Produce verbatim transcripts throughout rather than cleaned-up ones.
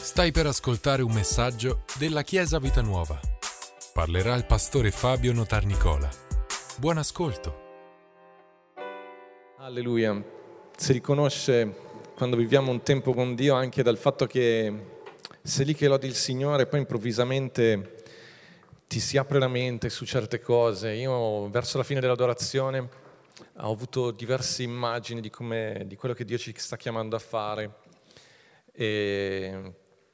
Stai per ascoltare un messaggio della Chiesa Vita Nuova. Parlerà il pastore Fabio Notarnicola. Buon ascolto. Alleluia. Si riconosce quando viviamo un tempo con Dio anche dal fatto che sei lì che lodi il Signore e poi improvvisamente ti si apre la mente su certe cose. Io verso la fine dell'adorazione ho avuto diverse immagini di, come, di quello che Dio ci sta chiamando a fare e,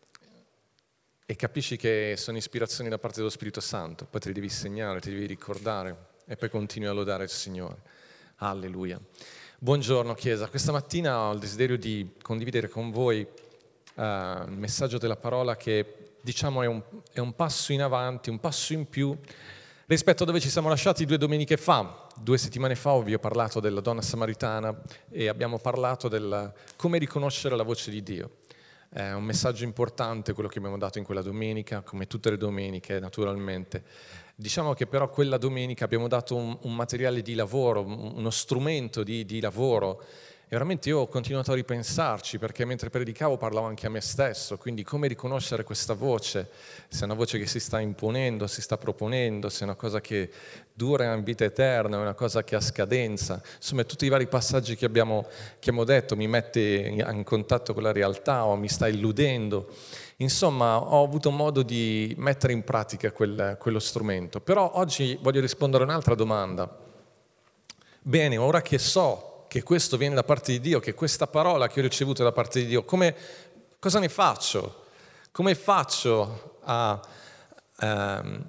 e capisci che sono ispirazioni da parte dello Spirito Santo, poi te li devi segnare, ti devi ricordare e poi continui a lodare il Signore. Alleluia. Buongiorno Chiesa, questa mattina ho il desiderio di condividere con voi uh, il messaggio della parola che diciamo è un, è un passo in avanti, un passo in più rispetto a dove ci siamo lasciati due domeniche fa. Due settimane fa vi ho parlato della donna samaritana e abbiamo parlato del come riconoscere la voce di Dio. È un messaggio importante quello che abbiamo dato in quella domenica, come tutte le domeniche naturalmente. Diciamo che però quella domenica abbiamo dato un, un materiale di lavoro, uno strumento di, di lavoro. E veramente io ho continuato a ripensarci, perché mentre predicavo parlavo anche a me stesso, quindi come riconoscere questa voce, se è una voce che si sta imponendo, si sta proponendo, se è una cosa che dura in vita eterna, è una cosa che ha scadenza. Insomma, tutti i vari passaggi che abbiamo, che abbiamo detto, mi mette in contatto con la realtà o mi sta illudendo. Insomma, ho avuto modo di mettere in pratica quel, quello strumento. Però oggi voglio rispondere a un'altra domanda. Bene, ora che so che questo viene da parte di Dio, che questa parola che ho ricevuto da parte di Dio, come, cosa ne faccio? Come faccio a, um,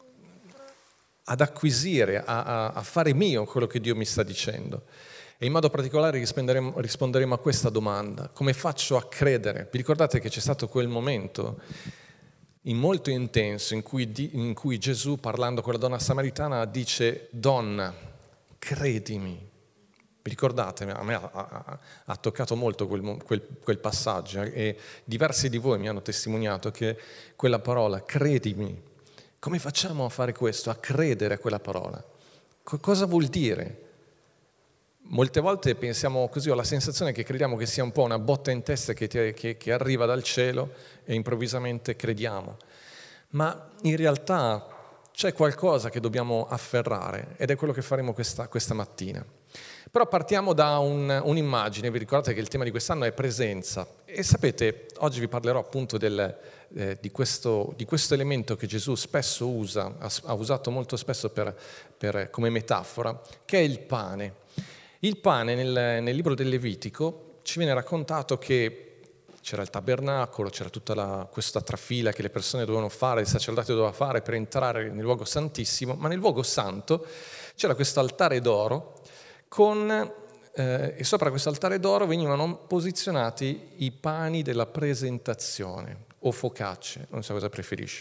ad acquisire, a, a fare mio quello che Dio mi sta dicendo? E in modo particolare risponderemo, risponderemo a questa domanda: come faccio a credere? Vi ricordate che c'è stato quel momento in molto intenso in cui, in cui Gesù, parlando con la donna samaritana, dice: donna, credimi. Vi ricordate? A me ha, ha, ha toccato molto quel, quel, quel passaggio e diversi di voi mi hanno testimoniato che quella parola, credimi, come facciamo a fare questo, a credere a quella parola? Co- cosa vuol dire? Molte volte pensiamo così, ho la sensazione che crediamo che sia un po' una botta in testa che, ti, che, che arriva dal cielo e improvvisamente crediamo. Ma in realtà c'è qualcosa che dobbiamo afferrare ed è quello che faremo questa, questa mattina. Però partiamo da un, un'immagine. Vi ricordate che il tema di quest'anno è presenza e sapete, oggi vi parlerò appunto del, eh, di, questo, di questo elemento che Gesù spesso usa, ha, ha usato molto spesso per, per, come metafora, che è il pane. Il pane nel, nel libro del Levitico ci viene raccontato che c'era il tabernacolo, c'era tutta la, questa trafila che le persone dovevano fare, il sacerdote doveva fare per entrare nel luogo santissimo, ma nel luogo santo c'era questo altare d'oro con, eh, e sopra questo altare d'oro venivano posizionati i pani della presentazione, o focacce, non so cosa preferisci.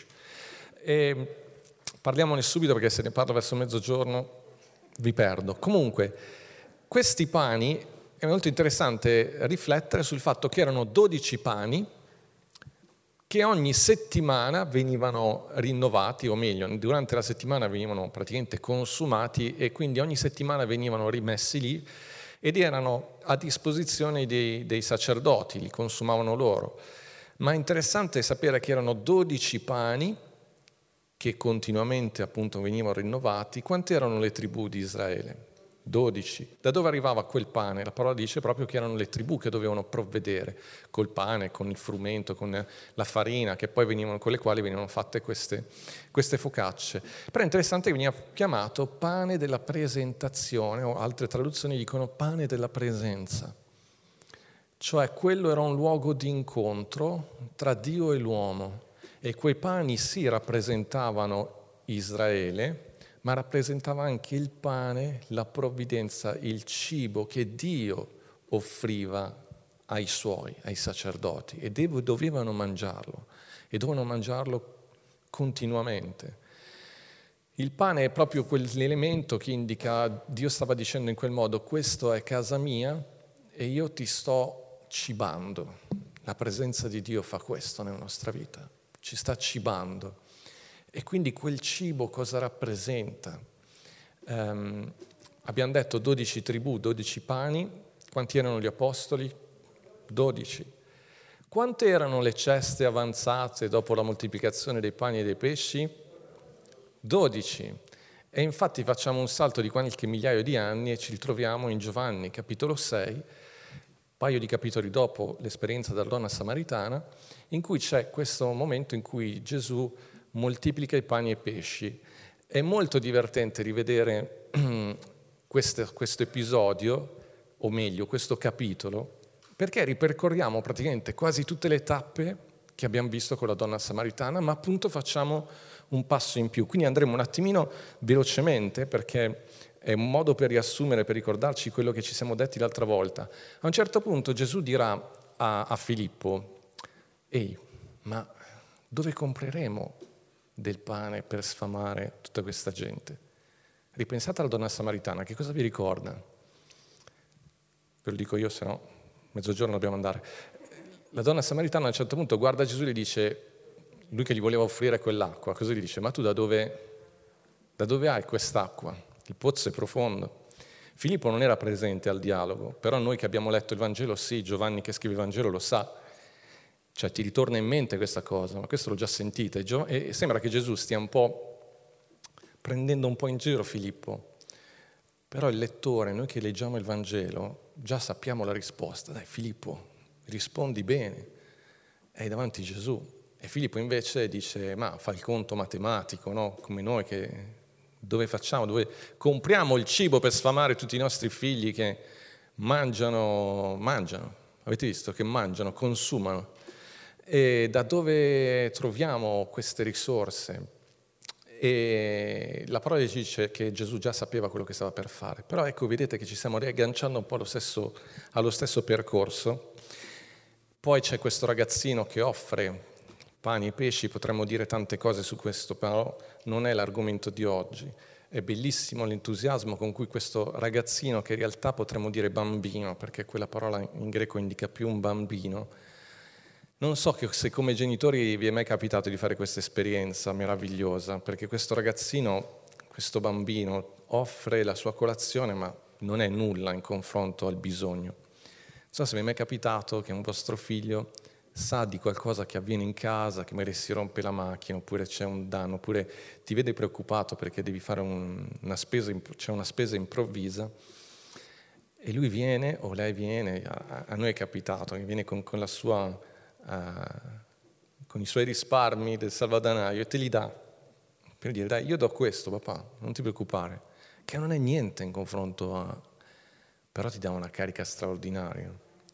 E parliamone subito perché se ne parlo verso mezzogiorno vi perdo. Comunque, questi pani, è molto interessante riflettere sul fatto che erano dodici pani che ogni settimana venivano rinnovati, o meglio, durante la settimana venivano praticamente consumati e quindi ogni settimana venivano rimessi lì ed erano a disposizione dei, dei sacerdoti, li consumavano loro. Ma è interessante sapere che erano dodici pani che continuamente appunto venivano rinnovati. Quante erano le tribù di Israele? dodici. Da dove arrivava quel pane? La parola dice proprio che erano le tribù che dovevano provvedere col pane, con il frumento, con la farina, che poi venivano, con le quali venivano fatte queste, queste focacce. Però è interessante che veniva chiamato pane della presentazione, o altre traduzioni dicono pane della presenza. Cioè quello era un luogo di incontro tra Dio e l'uomo e quei pani sì rappresentavano Israele, ma rappresentava anche il pane, la provvidenza, il cibo che Dio offriva ai suoi, ai sacerdoti, e dovevano mangiarlo, e dovevano mangiarlo continuamente. Il pane è proprio quell'elemento che indica, Dio stava dicendo in quel modo: questo è casa mia e io ti sto cibando. La presenza di Dio fa questo nella nostra vita, ci sta cibando. E quindi quel cibo cosa rappresenta? Um, abbiamo detto dodici tribù, dodici pani. Quanti erano gli apostoli? dodici. Quante erano le ceste avanzate dopo la moltiplicazione dei pani e dei pesci? dodici. E infatti facciamo un salto di qualche migliaio di anni e ci ritroviamo in Giovanni, capitolo sei, un paio di capitoli dopo l'esperienza della donna samaritana, in cui c'è questo momento in cui Gesù moltiplica i pani e i pesci. È molto divertente rivedere questo, questo episodio, o meglio, questo capitolo, perché ripercorriamo praticamente quasi tutte le tappe che abbiamo visto con la donna samaritana, ma appunto facciamo un passo in più. Quindi andremo un attimino velocemente, perché è un modo per riassumere, per ricordarci quello che ci siamo detti l'altra volta. A un certo punto Gesù dirà a, a Filippo: ehi, ma dove compreremo del pane per sfamare tutta questa gente? Ripensate alla donna samaritana, che cosa vi ricorda? Ve lo dico io, se no mezzogiorno dobbiamo andare. La donna samaritana a un certo punto guarda Gesù e gli dice, lui che gli voleva offrire quell'acqua, cosa gli dice? Ma tu da dove, da dove hai quest'acqua? Il pozzo è profondo. Filippo non era presente al dialogo, però noi che abbiamo letto il Vangelo, sì, Giovanni che scrive il Vangelo lo sa. Cioè ti ritorna in mente questa cosa, ma questo l'ho già sentita. E sembra che Gesù stia un po' prendendo un po' in giro Filippo. Però il lettore, noi che leggiamo il Vangelo, già sappiamo la risposta. Dai Filippo, rispondi bene, è davanti a Gesù. E Filippo invece dice, ma fa il conto matematico, no? Come noi che dove facciamo, dove compriamo il cibo per sfamare tutti i nostri figli che mangiano, mangiano, avete visto che mangiano, consumano. E da dove troviamo queste risorse? E la parola dice che Gesù già sapeva quello che stava per fare, però ecco, vedete che ci stiamo riagganciando un po' allo stesso, allo stesso percorso. Poi c'è questo ragazzino che offre pani e pesci, potremmo dire tante cose su questo, però non è l'argomento di oggi. È bellissimo l'entusiasmo con cui questo ragazzino, che in realtà potremmo dire bambino, perché quella parola in greco indica più un bambino. Non so se come genitori vi è mai capitato di fare questa esperienza meravigliosa, perché questo ragazzino, questo bambino, offre la sua colazione, ma non è nulla in confronto al bisogno. Non so se vi è mai capitato che un vostro figlio sa di qualcosa che avviene in casa, che magari si rompe la macchina, oppure c'è un danno, oppure ti vede preoccupato perché devi fare un, una spesa, c'è una spesa improvvisa, e lui viene, o lei viene, a, a noi è capitato, che viene con, con la sua... Uh, con i suoi risparmi del salvadanaio e te li dà per dire dai io do questo papà, non ti preoccupare, che non è niente in confronto a, però ti dà una carica straordinaria.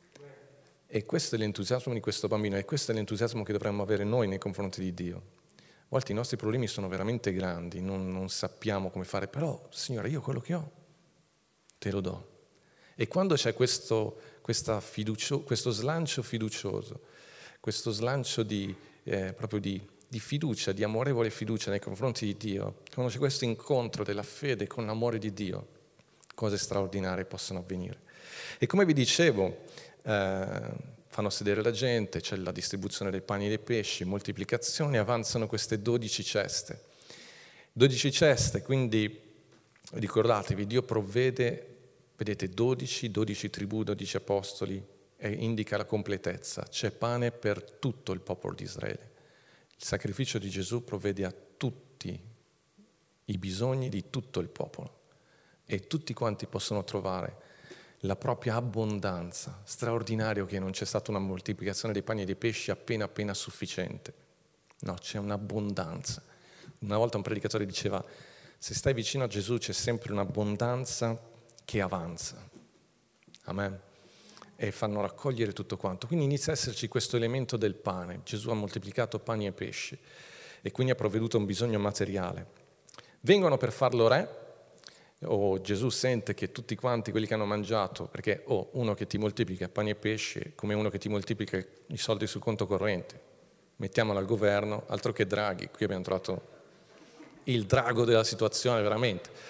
E questo è l'entusiasmo di questo bambino, e questo è l'entusiasmo che dovremmo avere noi nei confronti di Dio. A volte i nostri problemi sono veramente grandi, non, non sappiamo come fare, però Signore, io quello che ho te lo do. E quando c'è questo, questa fiducio, questo slancio fiducioso, questo slancio di, eh, proprio di, di fiducia, di amorevole fiducia nei confronti di Dio, quando c'è questo incontro della fede con l'amore di Dio, cose straordinarie possono avvenire. E come vi dicevo, eh, fanno sedere la gente, c'è la distribuzione dei pani e dei pesci, moltiplicazione, avanzano queste dodici ceste. dodici ceste, quindi ricordatevi, Dio provvede, vedete, dodici, dodici tribù, dodici apostoli, e indica la completezza. C'è pane per tutto il popolo di Israele. Il sacrificio di Gesù provvede a tutti i bisogni di tutto il popolo e tutti quanti possono trovare la propria abbondanza. Straordinario che non c'è stata una moltiplicazione dei pani e dei pesci appena appena sufficiente. No, c'è un'abbondanza. Una volta un predicatore diceva: se stai vicino a Gesù c'è sempre un'abbondanza che avanza. Amen. E fanno raccogliere tutto quanto. Quindi inizia a esserci questo elemento del pane. Gesù ha moltiplicato pani e pesci e quindi ha provveduto a un bisogno materiale. Vengono per farlo re, o Gesù sente che tutti quanti quelli che hanno mangiato, perché oh, uno che ti moltiplica pani e pesci è come uno che ti moltiplica i soldi sul conto corrente. Mettiamolo al governo, altro che Draghi. Qui abbiamo trovato il drago della situazione veramente.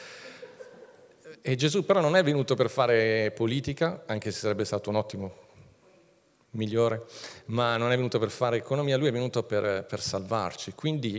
E Gesù però non è venuto per fare politica, anche se sarebbe stato un ottimo migliore, ma non è venuto per fare economia, lui è venuto per, per salvarci. Quindi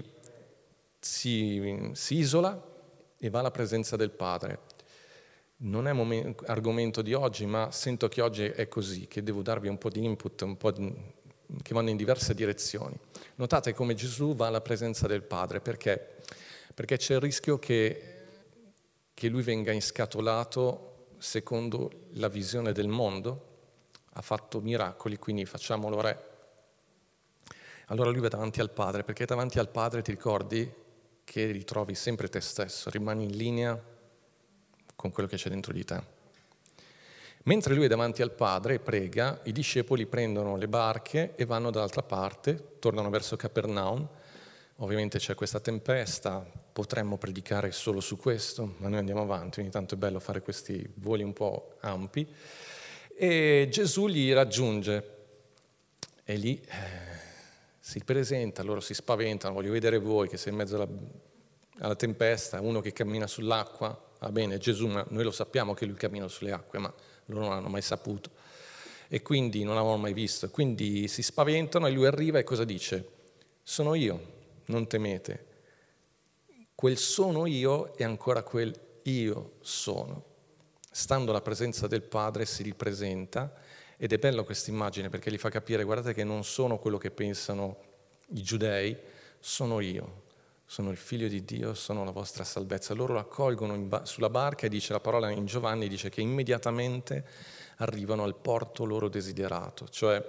si, si isola e va alla presenza del Padre. Non è momento, argomento di oggi, ma sento che oggi è così, che devo darvi un po' di input, un po' di, che vanno in diverse direzioni. Notate come Gesù va alla presenza del Padre, perché? Perché c'è il rischio che, che lui venga inscatolato secondo la visione del mondo. Ha fatto miracoli, quindi facciamolo re. Allora lui va davanti al Padre, perché davanti al Padre ti ricordi che ritrovi sempre te stesso, rimani in linea con quello che c'è dentro di te. Mentre lui è davanti al Padre e prega, i discepoli prendono le barche e vanno dall'altra parte, tornano verso Capernaum. Ovviamente c'è questa tempesta, potremmo predicare solo su questo, ma noi andiamo avanti, ogni tanto è bello fare questi voli un po' ampi. E Gesù li raggiunge e lì eh, si presenta, loro si spaventano, voglio vedere voi che sei in mezzo alla, alla tempesta, uno che cammina sull'acqua, va bene, Gesù, ma noi lo sappiamo che lui cammina sulle acque, ma loro non l'hanno mai saputo e quindi non l'avevano mai visto, quindi si spaventano e lui arriva e cosa dice? Sono io, non temete. Quel sono io è ancora quel io sono. Stando alla presenza del Padre si ripresenta ed è bella questa immagine perché gli fa capire, guardate che non sono quello che pensano i giudei, sono io. Sono il figlio di Dio, sono la vostra salvezza. Loro lo accolgono in ba- sulla barca e dice la parola in Giovanni, dice che immediatamente arrivano al porto loro desiderato. Cioè,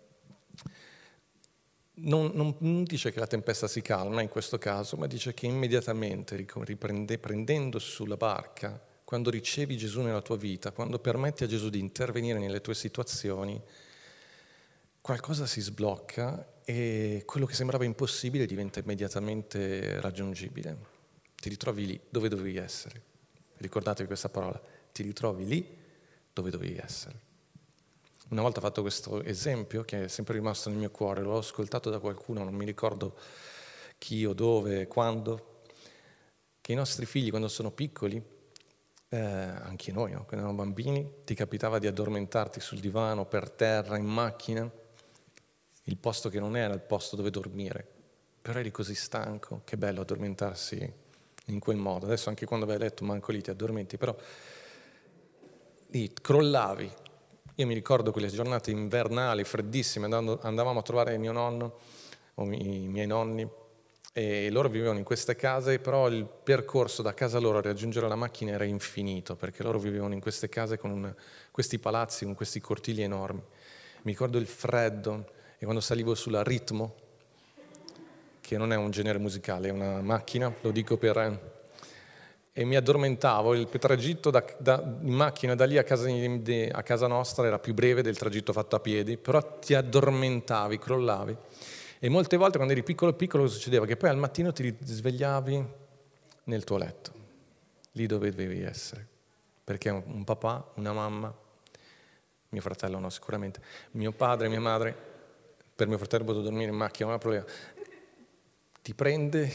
non, non, non dice che la tempesta si calma in questo caso, ma dice che immediatamente, riprende, prendendo sulla barca, quando ricevi Gesù nella tua vita, quando permetti a Gesù di intervenire nelle tue situazioni, qualcosa si sblocca e quello che sembrava impossibile diventa immediatamente raggiungibile. Ti ritrovi lì dove dovevi essere. Ricordatevi questa parola, ti ritrovi lì dove dovevi essere. Una volta ho fatto questo esempio che è sempre rimasto nel mio cuore, l'ho ascoltato da qualcuno, non mi ricordo chi o dove, quando, che i nostri figli quando sono piccoli, eh, anche noi, no? Quando erano bambini, ti capitava di addormentarti sul divano, per terra, in macchina, il posto che non era il posto dove dormire, però eri così stanco, che bello addormentarsi in quel modo. Adesso anche quando vai a letto manco lì ti addormenti, però lì crollavi. Io mi ricordo quelle giornate invernali, freddissime, andando, andavamo a trovare mio nonno o i, i miei nonni e loro vivevano in queste case, però il percorso da casa loro a raggiungere la macchina era infinito, perché loro vivevano in queste case con un, questi palazzi, con questi cortili enormi. Mi ricordo il freddo. E quando salivo sulla Ritmo, che non è un genere musicale, è una macchina, lo dico per... e mi addormentavo, il tragitto da, da, in macchina da lì a casa, a casa nostra era più breve del tragitto fatto a piedi, però ti addormentavi, crollavi. E molte volte quando eri piccolo piccolo succedeva che poi al mattino ti svegliavi nel tuo letto, lì dove dovevi essere, perché un papà, una mamma, mio fratello no sicuramente, mio padre, mia madre, per mio fratello potevo dormire in macchina, non è un problema, ti prende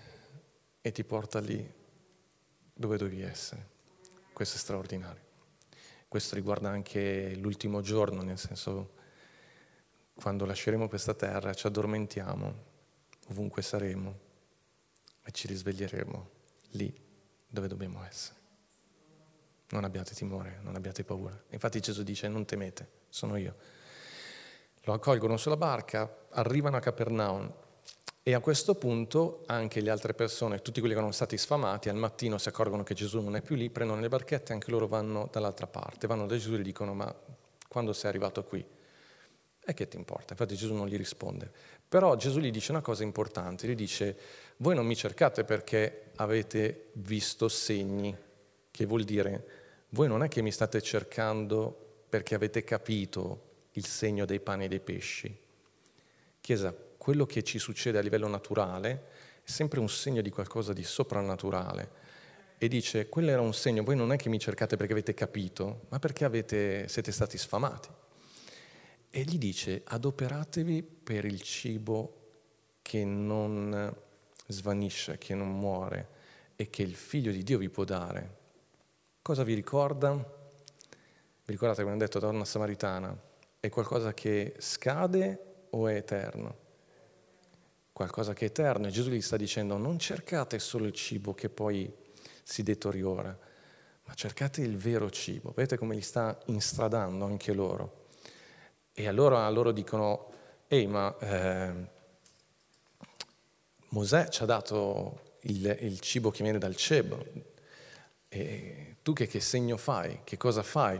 e ti porta lì dove dovevi essere. Questo è straordinario. Questo riguarda anche l'ultimo giorno, nel senso, quando lasceremo questa terra, ci addormentiamo, ovunque saremo, e ci risveglieremo lì dove dobbiamo essere. Non abbiate timore, non abbiate paura. Infatti Gesù dice, non temete, sono io. Lo accolgono sulla barca, arrivano a Capernaum e a questo punto anche le altre persone, tutti quelli che erano stati sfamati, al mattino si accorgono che Gesù non è più lì, prendono le barchette e anche loro vanno dall'altra parte, vanno da Gesù e gli dicono ma quando sei arrivato qui? E che ti importa? Infatti Gesù non gli risponde. Però Gesù gli dice una cosa importante, gli dice voi non mi cercate perché avete visto segni, che vuol dire voi non è che mi state cercando perché avete capito il segno dei pani e dei pesci. Chiesa, quello che ci succede a livello naturale è sempre un segno di qualcosa di soprannaturale. E dice, quello era un segno, voi non è che mi cercate perché avete capito, ma perché avete, siete stati sfamati. E gli dice, adoperatevi per il cibo che non svanisce, che non muore e che il Figlio di Dio vi può dare. Cosa vi ricorda? Vi ricordate come ha detto la donna samaritana? È qualcosa che scade o è eterno? Qualcosa che è eterno. E Gesù gli sta dicendo, non cercate solo il cibo che poi si deteriora, ma cercate il vero cibo. Vedete come li sta instradando anche loro. E allora loro dicono, ehi, ma eh, Mosè ci ha dato il, il cibo che viene dal cielo, e tu che, che segno fai? Che cosa fai?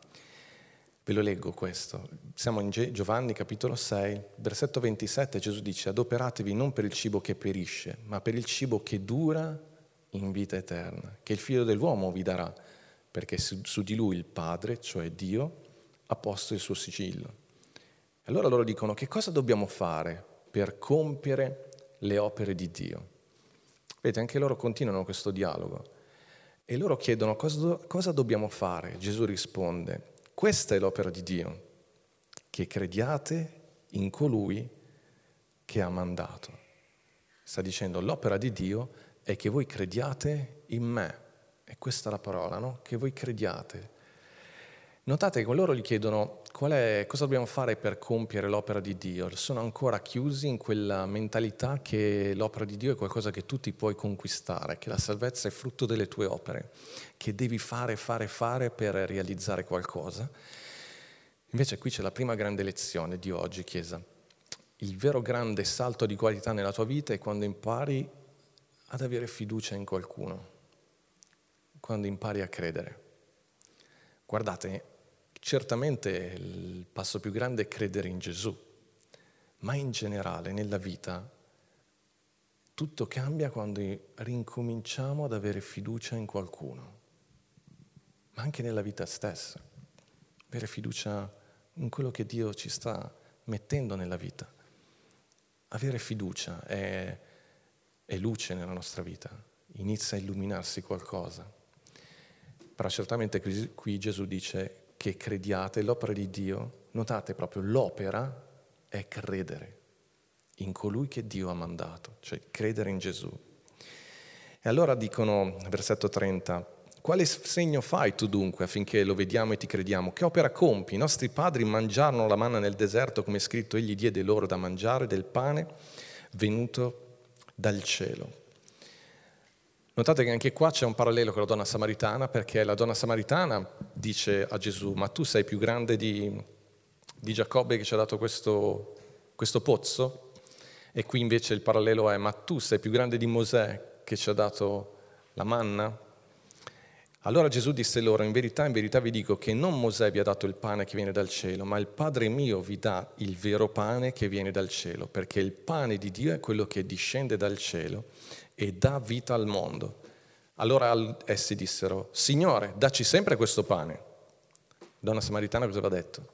Ve lo leggo questo. Siamo in Giovanni capitolo sei, versetto ventisette, Gesù dice: adoperatevi non per il cibo che perisce, ma per il cibo che dura in vita eterna, che il Figlio dell'uomo vi darà, perché su, su di lui il Padre, cioè Dio, ha posto il suo sigillo. E allora loro dicono: che cosa dobbiamo fare per compiere le opere di Dio? Vedete, anche loro continuano questo dialogo e loro chiedono: cosa, do- cosa dobbiamo fare? Gesù risponde: questa è l'opera di Dio, che crediate in colui che ha mandato. Sta dicendo: l'opera di Dio è che voi crediate in me. E questa è la parola, no? Che voi crediate. Notate che loro gli chiedono qual è, cosa dobbiamo fare per compiere l'opera di Dio. Sono ancora chiusi in quella mentalità che l'opera di Dio è qualcosa che tu ti puoi conquistare, che la salvezza è frutto delle tue opere, che devi fare, fare, fare per realizzare qualcosa. Invece qui c'è la prima grande lezione di oggi, Chiesa. Il vero grande salto di qualità nella tua vita è quando impari ad avere fiducia in qualcuno, quando impari a credere. Guardate, certamente il passo più grande è credere in Gesù, ma in generale nella vita tutto cambia quando rincominciamo ad avere fiducia in qualcuno, ma anche nella vita stessa, avere fiducia in quello che Dio ci sta mettendo nella vita. Avere fiducia è, è luce nella nostra vita, inizia a illuminarsi qualcosa. Però certamente qui, qui Gesù dice che crediate, l'opera di Dio, notate proprio l'opera è credere in colui che Dio ha mandato, cioè credere in Gesù. E allora dicono, versetto trenta, quale segno fai tu dunque affinché lo vediamo e ti crediamo? Che opera compi? I nostri padri mangiarono la manna nel deserto, come è scritto, egli diede loro da mangiare del pane venuto dal cielo. Notate che anche qua c'è un parallelo con la donna samaritana, perché la donna samaritana dice a Gesù: ma tu sei più grande di, di Giacobbe che ci ha dato questo, questo pozzo? E qui invece il parallelo è: ma tu sei più grande di Mosè che ci ha dato la manna? Allora Gesù disse loro: in verità, in verità vi dico che non Mosè vi ha dato il pane che viene dal cielo, ma il Padre mio vi dà il vero pane che viene dal cielo, perché il pane di Dio è quello che discende dal cielo e dà vita al mondo. Allora essi dissero: Signore, dacci sempre questo pane. Donna samaritana cosa aveva detto?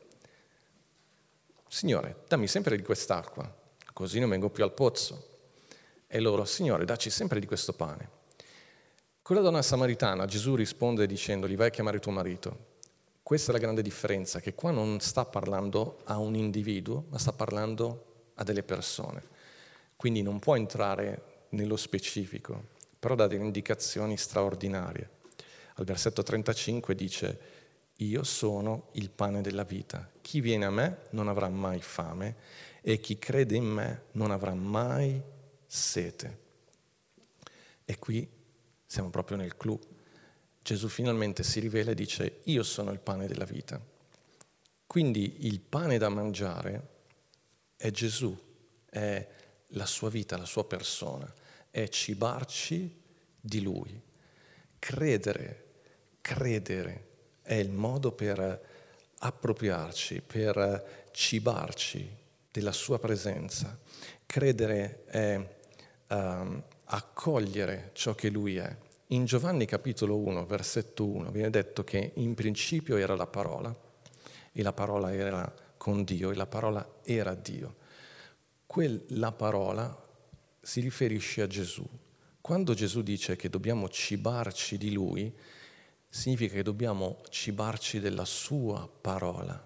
Signore, dammi sempre di quest'acqua, così non vengo più al pozzo. E loro: Signore, dacci sempre di questo pane. Con la donna samaritana Gesù risponde dicendogli: vai a chiamare tuo marito. Questa è la grande differenza, che qua non sta parlando a un individuo, ma sta parlando a delle persone. Quindi non può entrare nello specifico, però dà delle indicazioni straordinarie. Al versetto trentacinque dice: io sono il pane della vita. Chi viene a me non avrà mai fame e chi crede in me non avrà mai sete. E qui siamo proprio nel clou. Gesù finalmente si rivela e dice: io sono il pane della vita. Quindi il pane da mangiare è Gesù, è la sua vita, la sua persona, è cibarci di Lui. Credere, credere è il modo per appropriarci, per cibarci della sua presenza. Credere è um, accogliere ciò che Lui è. In Giovanni capitolo uno, versetto uno, viene detto che in principio era la parola, e la parola era con Dio, e la parola era Dio. Quella parola si riferisce a Gesù. Quando Gesù dice che dobbiamo cibarci di Lui, significa che dobbiamo cibarci della sua parola,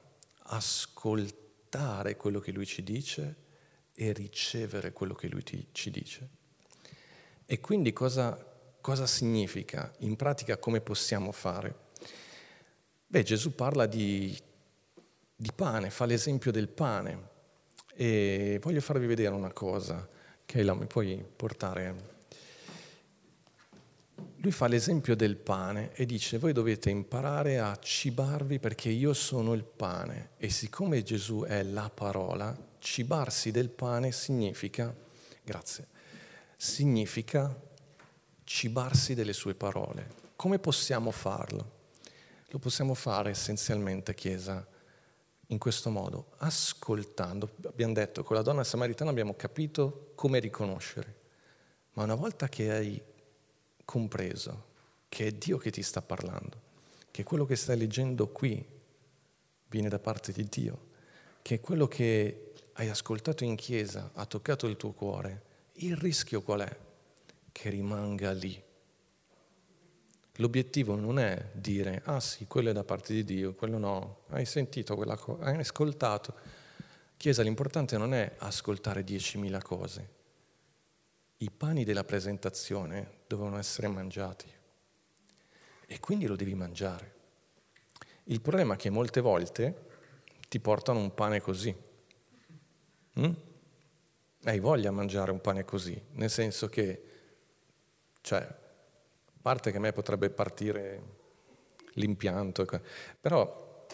ascoltare quello che Lui ci dice e ricevere quello che Lui ti, ci dice. E quindi cosa, cosa significa? In pratica come possiamo fare? Beh, Gesù parla di, di pane, fa l'esempio del pane. E voglio farvi vedere una cosa che la mi puoi portare. lui fa l'esempio del pane e dice: voi dovete imparare a cibarvi perché io sono il pane. E siccome Gesù è la parola, cibarsi del pane significa, grazie, significa cibarsi delle sue parole. Come possiamo farlo? Lo possiamo fare essenzialmente, Chiesa, in questo modo, ascoltando. Abbiamo detto, con la donna samaritana abbiamo capito come riconoscere, ma una volta che hai compreso che è Dio che ti sta parlando, che quello che stai leggendo qui viene da parte di Dio, che quello che hai ascoltato in chiesa ha toccato il tuo cuore, il rischio qual è? Che rimanga lì. L'obiettivo non è dire, ah sì, quello è da parte di Dio, quello no, hai sentito quella cosa, hai ascoltato. Chiesa, l'importante non è ascoltare diecimila cose. I pani della presentazione dovevano essere mangiati e quindi lo devi mangiare. Il problema è che molte volte ti portano un pane così. Mm? Hai voglia di mangiare un pane così, nel senso che, cioè, a parte che a me potrebbe partire l'impianto, però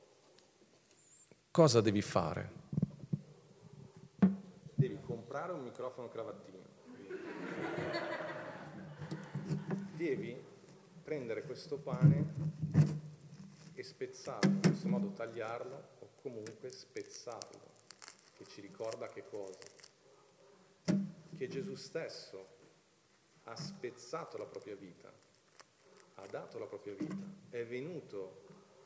cosa devi fare? Devi comprare un microfono cravattino. Devi prendere questo pane e spezzarlo, in questo modo tagliarlo o comunque spezzarlo, che ci ricorda che cosa? Che Gesù stesso ha spezzato la propria vita, ha dato la propria vita, è venuto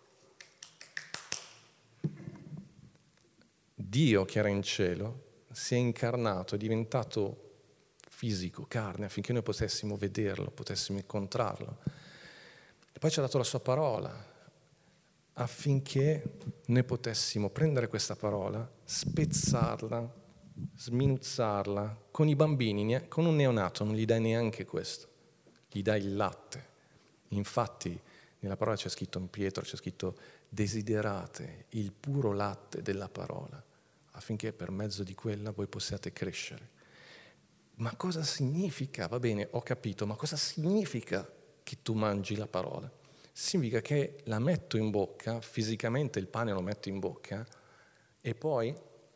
Dio che era in cielo, si è incarnato, è diventato fisico, carne, affinché noi potessimo vederlo, potessimo incontrarlo. E poi ci ha dato la sua parola, affinché noi potessimo prendere questa parola, spezzarla, sminuzzarla. Con i bambini, con un neonato non gli dai neanche questo, gli dai il latte. Infatti nella parola c'è scritto, in Pietro c'è scritto: desiderate il puro latte della parola, affinché per mezzo di quella voi possiate crescere. Ma cosa significa? Va bene, ho capito, ma cosa significa che tu mangi la parola? Significa che la metto in bocca, fisicamente il pane lo metto in bocca, e poi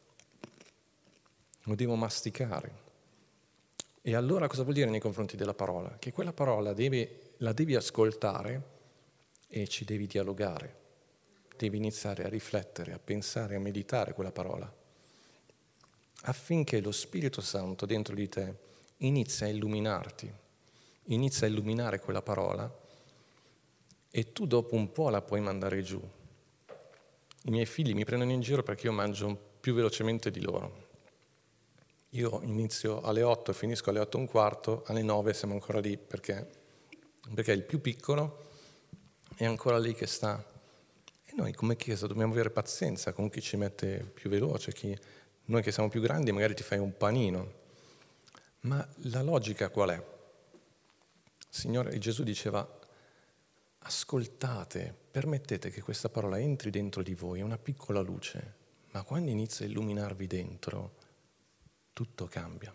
lo devo masticare. E allora cosa vuol dire nei confronti della parola? Che quella parola deve, la devi ascoltare e ci devi dialogare. Devi iniziare a riflettere, a pensare, a meditare quella parola, affinché lo Spirito Santo dentro di te inizia a illuminarti, inizia a illuminare quella parola e tu dopo un po' la puoi mandare giù. I miei figli mi prendono in giro perché io mangio più velocemente di loro. Io inizio alle otto e finisco alle otto e un quarto, alle nove siamo ancora lì perché, perché il più piccolo è ancora lì che sta. E noi come Chiesa dobbiamo avere pazienza con chi ci mette più veloce, chi... Noi che siamo più grandi magari ti fai un panino. Ma la logica qual è? Signore, Gesù diceva: ascoltate, permettete che questa parola entri dentro di voi, è una piccola luce, ma quando inizia a illuminarvi dentro, tutto cambia.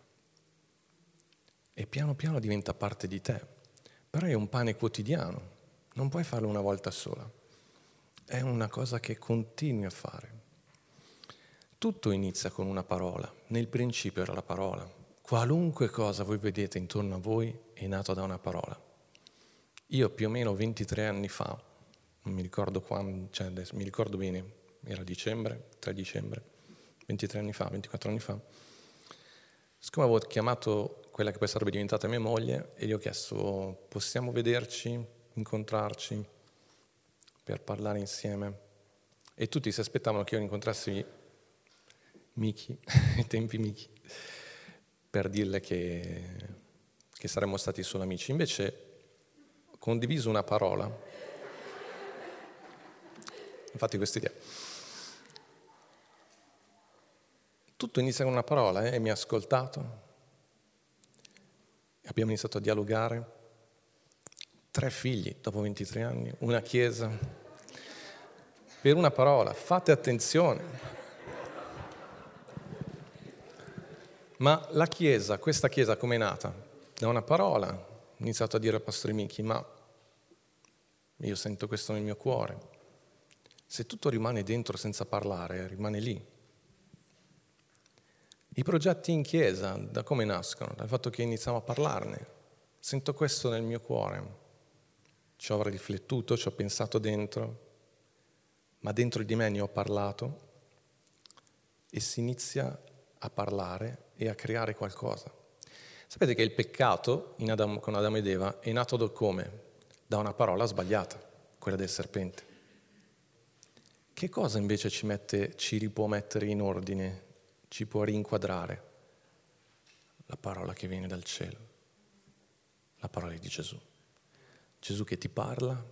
E piano piano diventa parte di te. Però è un pane quotidiano, non puoi farlo una volta sola. È una cosa che continui a fare. Tutto inizia con una parola. Nel principio era la parola. Qualunque cosa voi vedete intorno a voi è nato da una parola. Io più o meno ventitré anni fa, non mi ricordo quando, cioè adesso, mi ricordo bene, era dicembre, tre dicembre, ventitré anni fa, ventiquattro anni fa, siccome avevo chiamato quella che poi sarebbe diventata mia moglie e gli ho chiesto: possiamo vederci, incontrarci per parlare insieme? E tutti si aspettavano che io incontrassi Miki, ai tempi Miki, per dirle che, che saremmo stati solo amici. Invece ho condiviso una parola, infatti questa idea. Tutto inizia con una parola eh, e mi ha ascoltato, abbiamo iniziato a dialogare, tre figli dopo ventitré anni, una chiesa, per una parola. Fate attenzione. Ma la Chiesa, questa Chiesa com'è nata? Da una parola, iniziato a dire al pastore Michi, ma io sento questo nel mio cuore. Se tutto rimane dentro senza parlare, rimane lì. I progetti in chiesa, da come nascono? Dal fatto che iniziamo a parlarne. Sento questo nel mio cuore. Ci ho riflettuto, ci ho pensato dentro, ma dentro di me ne ho parlato e si inizia a parlare e a creare qualcosa. Sapete che il peccato in Adamo, con Adamo ed Eva è nato da come? Da una parola sbagliata, quella del serpente. Che cosa invece ci, mette, ci può mettere in ordine, ci può rinquadrare? La parola che viene dal cielo, la parola di Gesù. Gesù che ti parla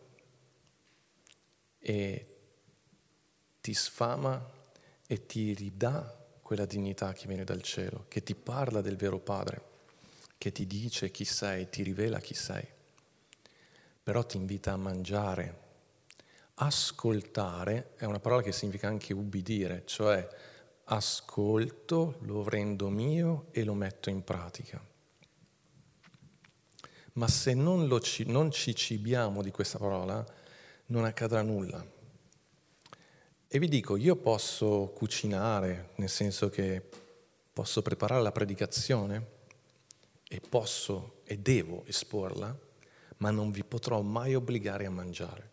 e ti sfama e ti ridà quella dignità che viene dal cielo, che ti parla del vero Padre, che ti dice chi sei, ti rivela chi sei. Però ti invita a mangiare. Ascoltare è una parola che significa anche ubbidire, cioè ascolto, lo rendo mio e lo metto in pratica. Ma se non, lo ci, non ci cibiamo di questa parola, non accadrà nulla. E vi dico, io posso cucinare, nel senso che posso preparare la predicazione e posso e devo esporla, ma non vi potrò mai obbligare a mangiare.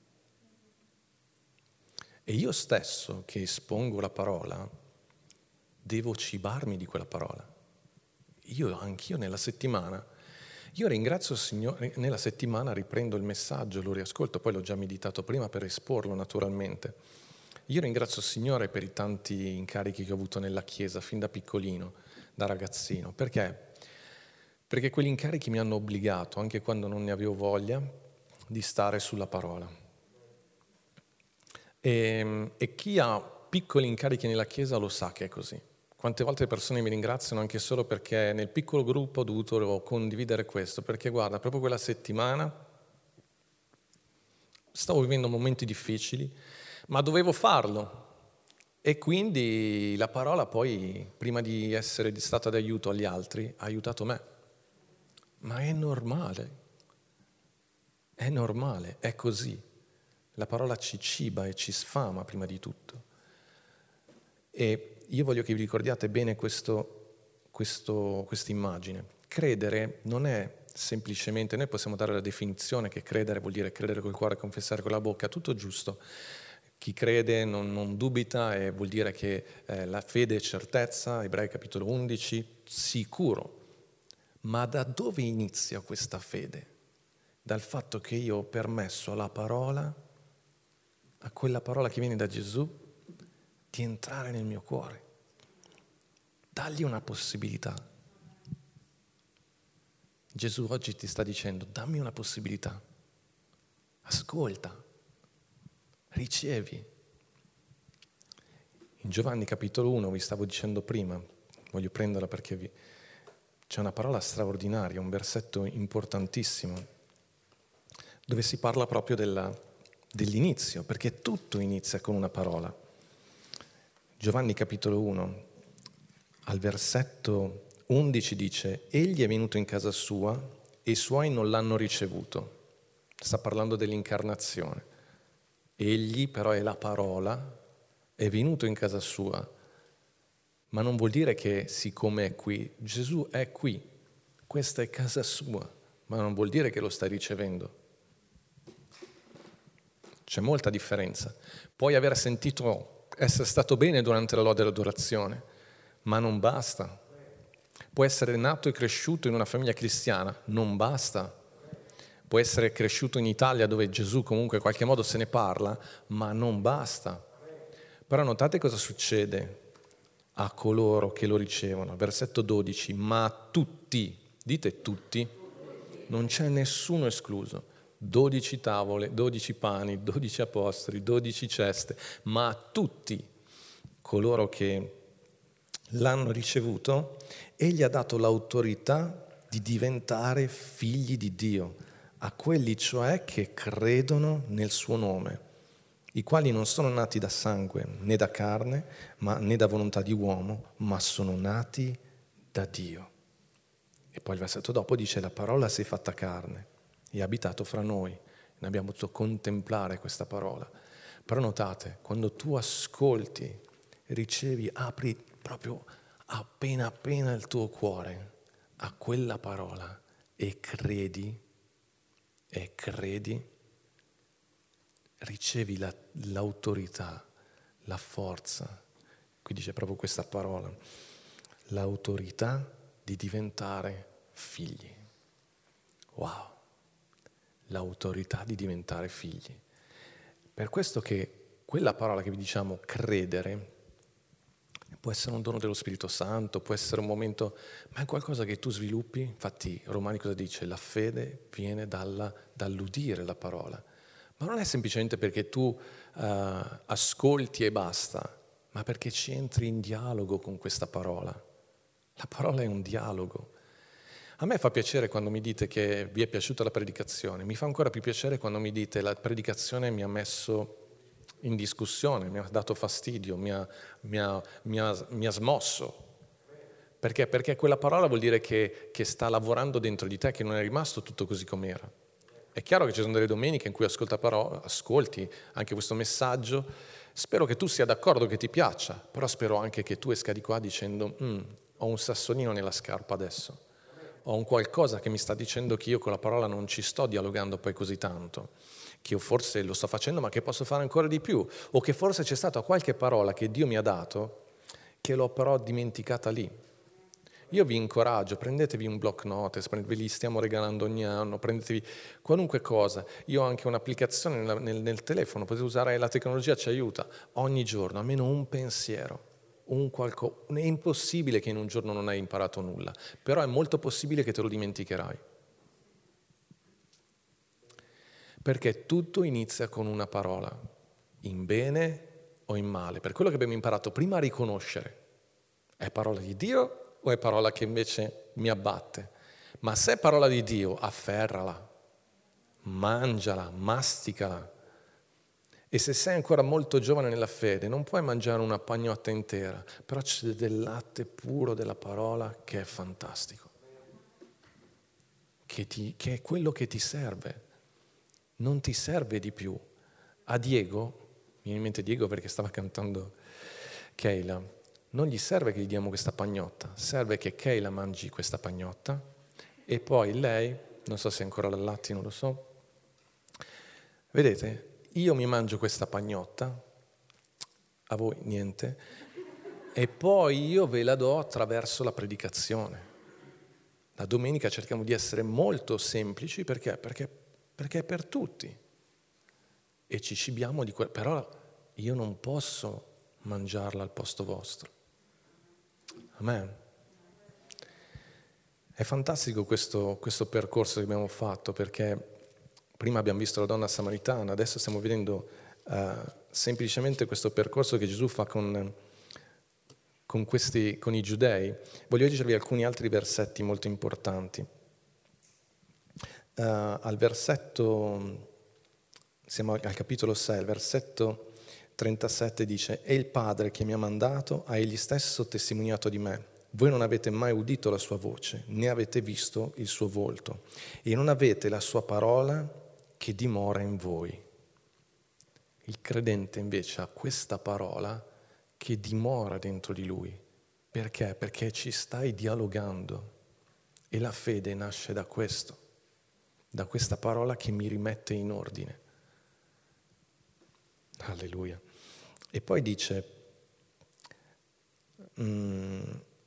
E io stesso che espongo la parola, devo cibarmi di quella parola. Io, anch'io nella settimana, io ringrazio il Signore, nella settimana riprendo il messaggio, lo riascolto, poi l'ho già meditato prima per esporlo naturalmente. Io ringrazio il Signore per i tanti incarichi che ho avuto nella Chiesa, fin da piccolino, da ragazzino. Perché? Perché quegli incarichi mi hanno obbligato, anche quando non ne avevo voglia, di stare sulla parola. E, e chi ha piccoli incarichi nella Chiesa lo sa che è così. Quante volte le persone mi ringraziano anche solo perché nel piccolo gruppo ho dovuto condividere questo, perché guarda, proprio quella settimana stavo vivendo momenti difficili, ma dovevo farlo. E quindi la parola poi, prima di essere stata d'aiuto agli altri, ha aiutato me. Ma è normale, è normale, è così. La parola ci ciba e ci sfama prima di tutto. E io voglio che vi ricordiate bene questo, questo, questa immagine. Credere non è semplicemente, noi possiamo dare la definizione che credere vuol dire credere col cuore e confessare con la bocca, tutto giusto. Chi crede non, non dubita e vuol dire che eh, la fede è certezza, Ebrei capitolo undici, sicuro. Ma da dove inizia questa fede? Dal fatto che io ho permesso alla parola, a quella parola che viene da Gesù, di entrare nel mio cuore. Dagli una possibilità. Gesù oggi ti sta dicendo, dammi una possibilità. Ascolta. Ricevi. In Giovanni capitolo uno, vi stavo dicendo prima, voglio prenderla perché vi... c'è una parola straordinaria, un versetto importantissimo, dove si parla proprio della, dell'inizio, perché tutto inizia con una parola. Giovanni capitolo uno, al versetto undici dice, egli è venuto in casa sua e i suoi non l'hanno ricevuto. Sta parlando dell'incarnazione. Egli però è la parola, è venuto in casa sua, ma non vuol dire che siccome è qui, Gesù è qui, questa è casa sua, ma non vuol dire che lo stai ricevendo. C'è molta differenza. Puoi aver sentito essere stato bene durante la lode e l'adorazione, ma non basta. Puoi essere nato e cresciuto in una famiglia cristiana, non basta. Può essere cresciuto in Italia dove Gesù comunque in qualche modo se ne parla, ma non basta. Però notate cosa succede a coloro che lo ricevono. Versetto dodici, ma tutti, dite tutti, non c'è nessuno escluso. Dodici tavole, dodici pani, dodici apostoli, dodici ceste, ma tutti coloro che l'hanno ricevuto, egli ha dato l'autorità di diventare figli di Dio, a quelli cioè che credono nel suo nome, i quali non sono nati da sangue né da carne, ma né da volontà di uomo, ma sono nati da Dio. E poi il versetto dopo dice: la parola si è fatta carne e ha abitato fra noi. Ne abbiamo potuto contemplare questa parola. Però notate, quando tu ascolti, ricevi, apri proprio appena appena il tuo cuore a quella parola e credi, e credi, ricevi la, l'autorità, la forza. Qui dice proprio questa parola, l'autorità di diventare figli. Wow, l'autorità di diventare figli. Per questo che quella parola che vi diciamo credere può essere un dono dello Spirito Santo, può essere un momento, ma è qualcosa che tu sviluppi. Infatti Romani cosa dice? La fede viene dalla, dall'udire la parola. Ma non è semplicemente perché tu uh, ascolti e basta, ma perché ci entri in dialogo con questa parola. La parola è un dialogo. A me fa piacere quando mi dite che vi è piaciuta la predicazione, mi fa ancora più piacere quando mi dite la predicazione mi ha messo in discussione, mi ha dato fastidio, mi ha, mi ha, mi ha, mi ha smosso. Perché? Perché quella parola vuol dire che, che sta lavorando dentro di te, che non è rimasto tutto così com'era. È chiaro che ci sono delle domeniche in cui ascolta parola, ascolti anche questo messaggio, spero che tu sia d'accordo, che ti piaccia, però spero anche che tu esca di qua dicendo mm, ho un sassolino nella scarpa adesso, ho un qualcosa che mi sta dicendo che io con la parola non ci sto dialogando poi così tanto, che io forse lo sto facendo ma che posso fare ancora di più, o che forse c'è stata qualche parola che Dio mi ha dato che l'ho però dimenticata lì. Io vi incoraggio, prendetevi un block notice, ve li stiamo regalando ogni anno, prendetevi qualunque cosa. Io ho anche un'applicazione nel, nel, nel telefono, potete usare, la tecnologia ci aiuta, ogni giorno, almeno un pensiero, un qualcosa. È impossibile che in un giorno non hai imparato nulla, però è molto possibile che te lo dimenticherai. Perché tutto inizia con una parola, in bene o in male. Per quello che abbiamo imparato prima a riconoscere, è parola di Dio o è parola che invece mi abbatte? Ma se è parola di Dio, afferrala, mangiala, masticala. E se sei ancora molto giovane nella fede, non puoi mangiare una pagnotta intera, però c'è del latte puro della parola che è fantastico, che, ti, che è quello che ti serve, non ti serve di più. A Diego, mi viene in mente Diego perché stava cantando Keila, non gli serve che gli diamo questa pagnotta, serve che Keila mangi questa pagnotta e poi lei, non so se ancora la latti, non lo so, vedete, io mi mangio questa pagnotta, a voi niente, e poi io ve la do attraverso la predicazione. La domenica cerchiamo di essere molto semplici, perché? Perché, perché è per tutti. E ci cibiamo di quello, però io non posso mangiarla al posto vostro. Amen. È fantastico questo, questo percorso che abbiamo fatto, perché prima abbiamo visto la donna samaritana, adesso stiamo vedendo uh, semplicemente questo percorso che Gesù fa con, con, questi, con i giudei. Voglio leggervi alcuni altri versetti molto importanti. Uh, al versetto, siamo al capitolo sei, al versetto trentasette dice: «E il Padre che mi ha mandato ha egli stesso testimoniato di me. Voi non avete mai udito la sua voce, né avete visto il suo volto, e non avete la sua parola che dimora in voi». Il credente invece ha questa parola che dimora dentro di lui. Perché? Perché ci stai dialogando. E la fede nasce da questo, da questa parola che mi rimette in ordine. Alleluia. E poi dice, mm,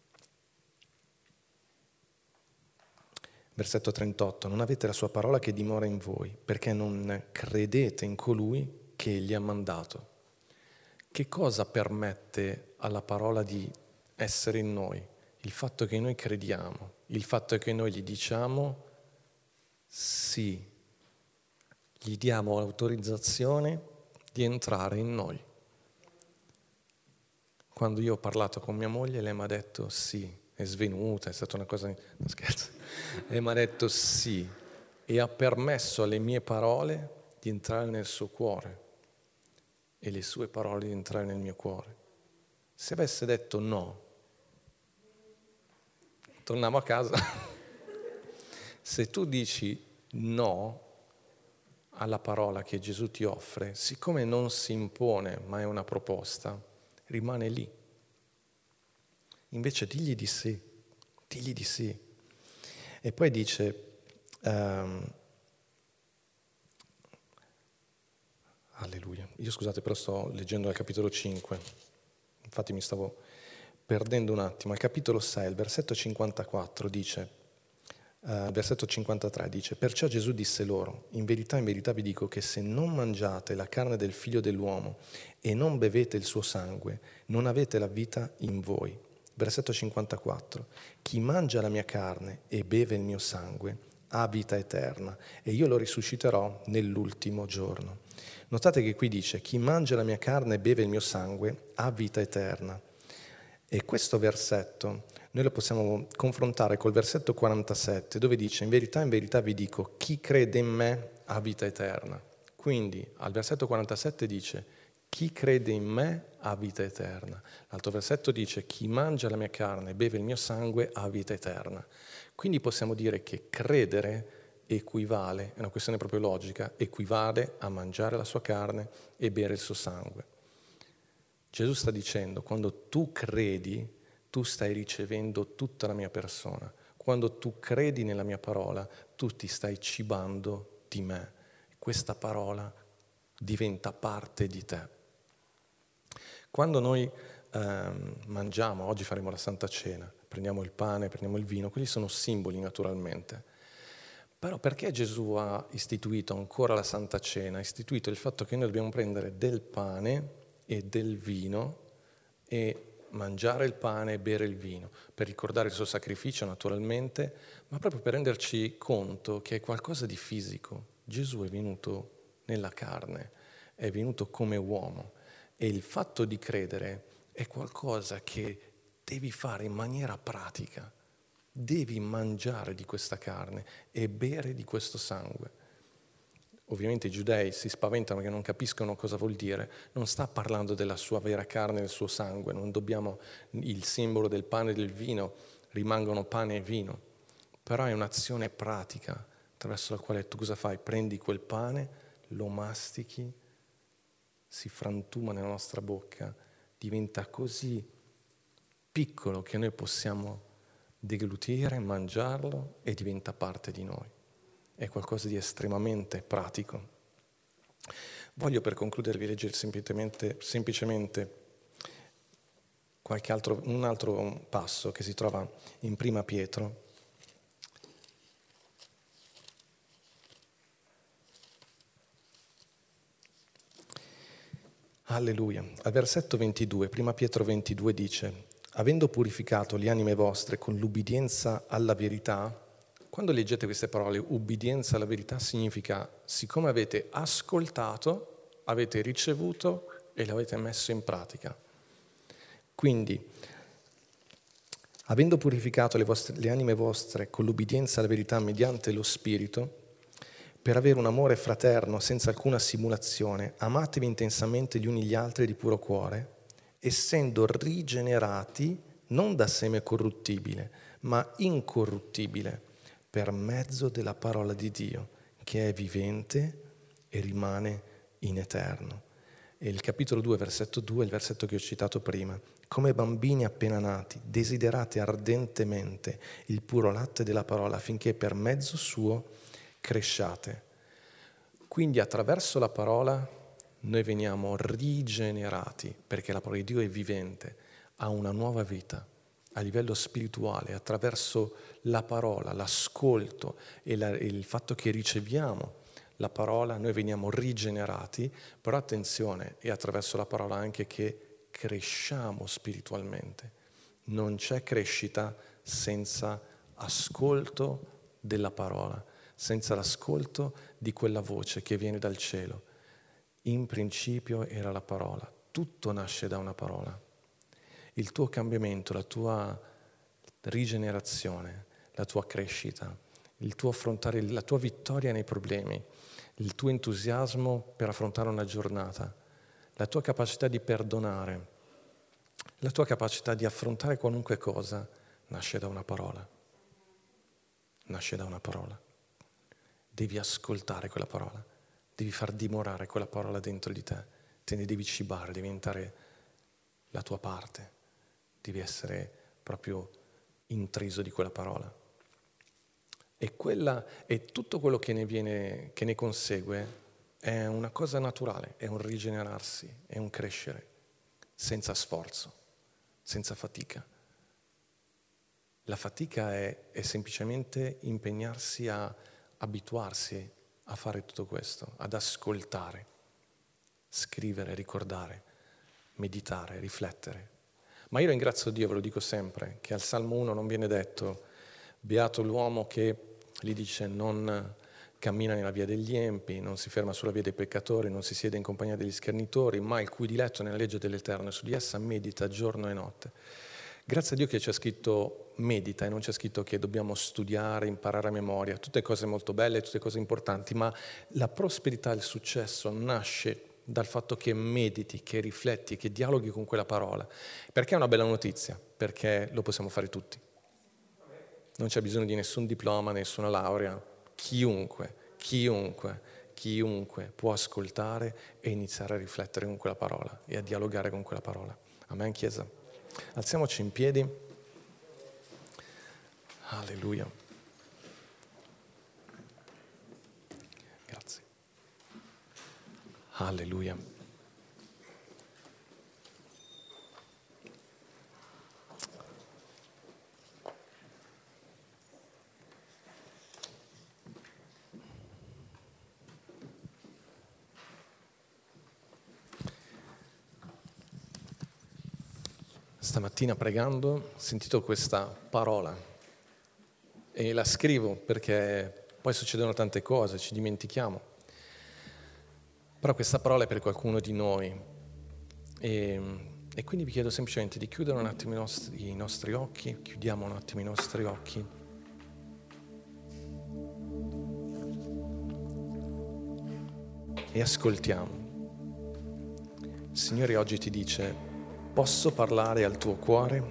versetto trentotto, non avete la sua parola che dimora in voi, perché non credete in colui che egli ha mandato. Che cosa permette alla parola di essere in noi? Il fatto che noi crediamo, il fatto che noi gli diciamo sì, gli diamo l'autorizzazione di entrare in noi. Quando io ho parlato con mia moglie, lei mi ha detto sì, è svenuta, è stata una cosa, no scherzo, e mi ha detto sì, e ha permesso alle mie parole di entrare nel suo cuore e le sue parole di entrare nel mio cuore. Se avesse detto no, tornavo a casa Se tu dici no alla parola che Gesù ti offre, siccome non si impone ma è una proposta, rimane lì. Invece digli di sì, digli di sì. E poi dice, um, alleluia, io scusate però sto leggendo dal capitolo cinque, infatti mi stavo perdendo un attimo. Al capitolo sei, il versetto cinquantaquattro dice, uh, versetto cinquantatré dice, perciò Gesù disse loro, in verità, in verità vi dico che se non mangiate la carne del figlio dell'uomo e non bevete il suo sangue, non avete la vita in voi. Versetto cinquantaquattro, chi mangia la mia carne e beve il mio sangue ha vita eterna e io lo risusciterò nell'ultimo giorno. Notate che qui dice, chi mangia la mia carne e beve il mio sangue ha vita eterna. E questo versetto noi lo possiamo confrontare col versetto quarantasette, dove dice, in verità, in verità vi dico, chi crede in me ha vita eterna. Quindi al versetto quarantasette dice, chi crede in me ha vita eterna. L'altro versetto dice, chi mangia la mia carne e beve il mio sangue ha vita eterna. Quindi possiamo dire che credere equivale, è una questione proprio logica, equivale a mangiare la sua carne e bere il suo sangue. Gesù sta dicendo, quando tu credi, tu stai ricevendo tutta la mia persona. Quando tu credi nella mia parola, tu ti stai cibando di me. Questa parola diventa parte di te. Quando noi ehm, mangiamo, oggi faremo la Santa Cena, prendiamo il pane, prendiamo il vino, quelli sono simboli naturalmente. Però perché Gesù ha istituito ancora la Santa Cena? Ha istituito il fatto che noi dobbiamo prendere del pane e del vino e mangiare il pane e bere il vino, per ricordare il suo sacrificio naturalmente, ma proprio per renderci conto che è qualcosa di fisico. Gesù è venuto nella carne, è venuto come uomo. E il fatto di credere è qualcosa che devi fare in maniera pratica. Devi mangiare di questa carne e bere di questo sangue. Ovviamente i giudei si spaventano perché non capiscono cosa vuol dire. Non sta parlando della sua vera carne e del suo sangue. Non dobbiamo, il simbolo del pane e del vino rimangono pane e vino. Però è un'azione pratica attraverso la quale tu cosa fai? Prendi quel pane, lo mastichi, si frantuma nella nostra bocca, diventa così piccolo che noi possiamo deglutire, mangiarlo e diventa parte di noi. È qualcosa di estremamente pratico. Voglio per concludervi leggere semplicemente, semplicemente qualche altro, un altro passo che si trova in Prima Pietro. Alleluia. Al versetto ventidue, Prima Pietro ventidue dice, avendo purificato le anime vostre con l'ubbidienza alla verità. Quando leggete queste parole, ubbidienza alla verità significa, siccome avete ascoltato, avete ricevuto e l'avete messo in pratica. Quindi, avendo purificato le, vostre, le anime vostre con l'ubbidienza alla verità mediante lo Spirito, per avere un amore fraterno senza alcuna simulazione, amatevi intensamente gli uni gli altri di puro cuore, essendo rigenerati non da seme corruttibile, ma incorruttibile, per mezzo della parola di Dio, che è vivente e rimane in eterno. E il capitolo due, versetto due, il versetto che ho citato prima. Come bambini appena nati, desiderate ardentemente il puro latte della parola, affinché per mezzo suo cresciate. Quindi attraverso la parola noi veniamo rigenerati, perché la parola di Dio è vivente, ha una nuova vita a livello spirituale, attraverso la parola, l'ascolto e, la, e il fatto che riceviamo la parola, noi veniamo rigenerati, però attenzione, è attraverso la parola anche che cresciamo spiritualmente. Non c'è crescita senza ascolto della parola, senza l'ascolto di quella voce che viene dal cielo. In principio era la parola, tutto nasce da una parola. Il tuo cambiamento, la tua rigenerazione, la tua crescita, il tuo affrontare, la tua vittoria nei problemi, il tuo entusiasmo per affrontare una giornata, la tua capacità di perdonare, la tua capacità di affrontare qualunque cosa, nasce da una parola. Nasce da una parola. devi ascoltare quella parola, devi far dimorare quella parola dentro di te, te ne devi cibare, devi diventare la tua parte, devi essere proprio intriso di quella parola. E, quella, e tutto quello che ne viene, che ne consegue è una cosa naturale, è un rigenerarsi, è un crescere, senza sforzo, senza fatica. La fatica è, è semplicemente impegnarsi a abituarsi a fare tutto questo, ad ascoltare, scrivere, ricordare, meditare, riflettere. Ma io ringrazio Dio, ve lo dico sempre, che al Salmo uno non viene detto beato l'uomo che gli dice non cammina nella via degli empi, non si ferma sulla via dei peccatori, non si siede in compagnia degli schernitori, ma il cui diletto è nella legge dell'Eterno e su di essa medita giorno e notte. Grazie a Dio che c'è scritto medita e non c'è scritto che dobbiamo studiare, imparare a memoria, tutte cose molto belle, tutte cose importanti, ma la prosperità e il successo nasce dal fatto che mediti, che rifletti, che dialoghi con quella parola. Perché è una bella notizia? Perché lo possiamo fare tutti. Non c'è bisogno di nessun diploma, nessuna laurea. Chiunque, chiunque, chiunque può ascoltare e iniziare a riflettere con quella parola e a dialogare con quella parola. Amen, Chiesa? Alziamoci in piedi. Alleluia. Grazie. Alleluia. Stamattina pregando ho sentito questa parola e la scrivo perché poi succedono tante cose, ci dimentichiamo. Però questa parola è per qualcuno di noi e, e quindi vi chiedo semplicemente di chiudere un attimo i nostri, i nostri occhi, chiudiamo un attimo i nostri occhi. E ascoltiamo. Il Signore oggi ti dice: posso parlare al tuo cuore?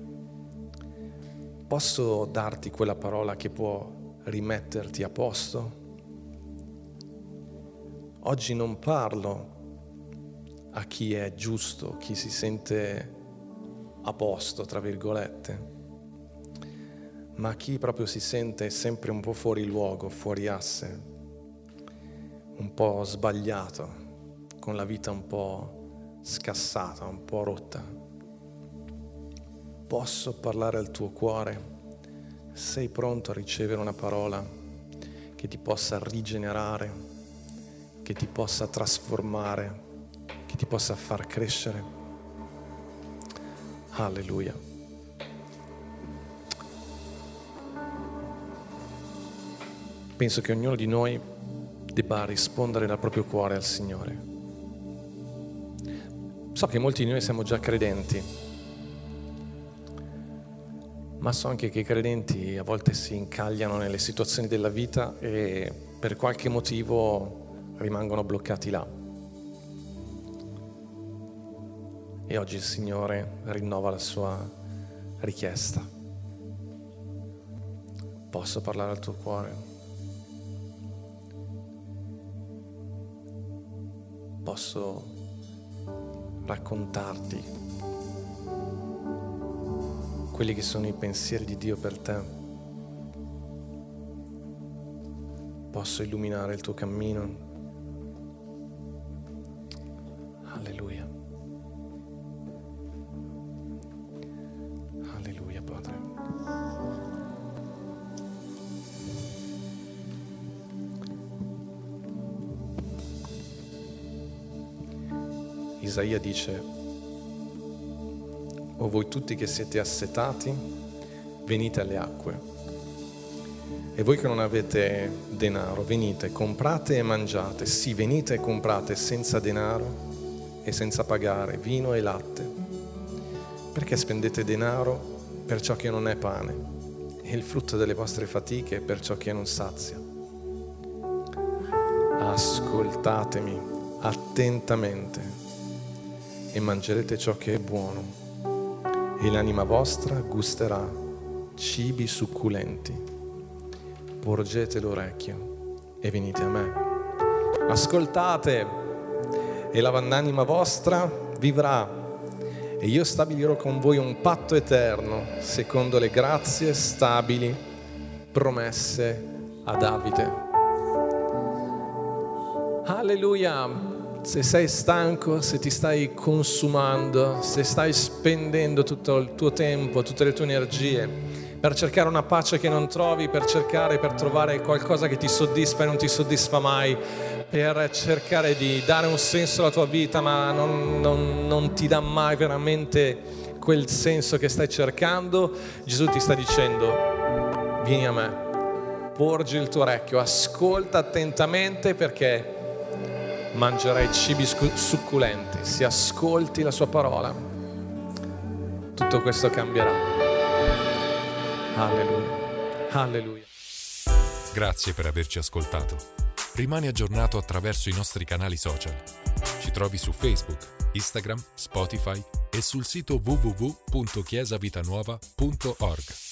Posso darti quella parola che può rimetterti a posto? Oggi non parlo a chi è giusto, chi si sente a posto, tra virgolette, ma a chi proprio si sente sempre un po' fuori luogo, fuori asse, un po' sbagliato, con la vita un po' scassata, un po' rotta. Posso parlare al tuo cuore? Sei pronto a ricevere una parola che ti possa rigenerare, che ti possa trasformare, che ti possa far crescere? Alleluia. Penso che ognuno di noi debba rispondere dal proprio cuore al Signore. So che molti di noi siamo già credenti, ma so anche che i credenti a volte si incagliano nelle situazioni della vita e per qualche motivo rimangono bloccati là. E oggi il Signore rinnova la sua richiesta. Posso parlare al tuo cuore? Posso raccontarti quelli che sono i pensieri di Dio per te? Posso illuminare il tuo cammino? Alleluia. Alleluia, Padre. Isaia dice: o voi tutti che siete assetati, venite alle acque. E voi che non avete denaro, venite, comprate e mangiate. Sì, venite e comprate senza denaro e senza pagare vino e latte. Perché spendete denaro per ciò che non è pane e il frutto delle vostre fatiche per ciò che non sazia? Ascoltatemi attentamente e mangerete ciò che è buono, e l'anima vostra gusterà cibi succulenti. Porgete l'orecchio e venite a me. Ascoltate e la van'anima vostra vivrà e io stabilirò con voi un patto eterno secondo le grazie stabili promesse a Davide. Alleluia! Se sei stanco, se ti stai consumando, se stai spendendo tutto il tuo tempo, tutte le tue energie per cercare una pace che non trovi, per cercare, per trovare qualcosa che ti soddisfa e non ti soddisfa mai, per cercare di dare un senso alla tua vita ma non, non, non ti dà mai veramente quel senso che stai cercando, Gesù ti sta dicendo: vieni a me, porgi il tuo orecchio, ascolta attentamente perché mangerai cibi succulenti. Se ascolti la sua parola, tutto questo cambierà. Alleluia. Alleluia. Grazie per averci ascoltato. Rimani aggiornato attraverso i nostri canali social. Ci trovi su Facebook, Instagram, Spotify e sul sito w w w punto chiesa vita nuova punto org.